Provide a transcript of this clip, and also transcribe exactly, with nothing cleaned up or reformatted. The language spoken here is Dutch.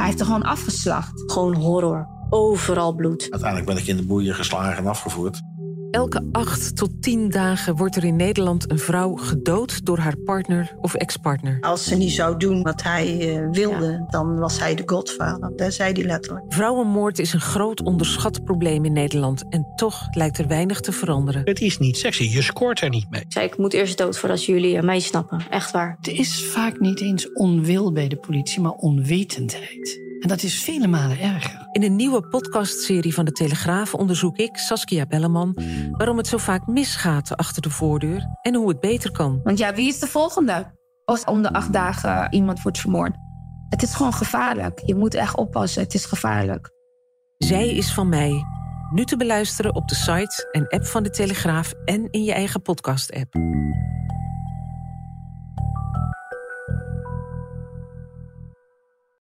heeft er gewoon afgeslacht. Gewoon horror. Overal bloed. Uiteindelijk ben ik in de boeien geslagen en afgevoerd. Elke acht tot tien dagen wordt er in Nederland een vrouw gedood door haar partner of ex-partner. Als ze niet zou doen wat hij uh, wilde, ja. dan was hij de godvader. Dat zei hij letterlijk. Vrouwenmoord is een groot onderschat probleem in Nederland. En toch lijkt er weinig te veranderen. Het is niet sexy, je scoort er niet mee. Ik zei, ik moet eerst dood voordat jullie mij snappen. Echt waar. Het is vaak niet eens onwil bij de politie, maar onwetendheid. En dat is vele malen erger. In een nieuwe podcastserie van De Telegraaf onderzoek ik, Saskia Belleman, waarom het zo vaak misgaat achter de voordeur en hoe het beter kan. Want ja, wie is de volgende? Als om de acht dagen iemand wordt vermoord. Het is gewoon gevaarlijk. Je moet echt oppassen, het is gevaarlijk. Zij is van mij. Nu te beluisteren op de site en app van De Telegraaf en in je eigen podcast-app.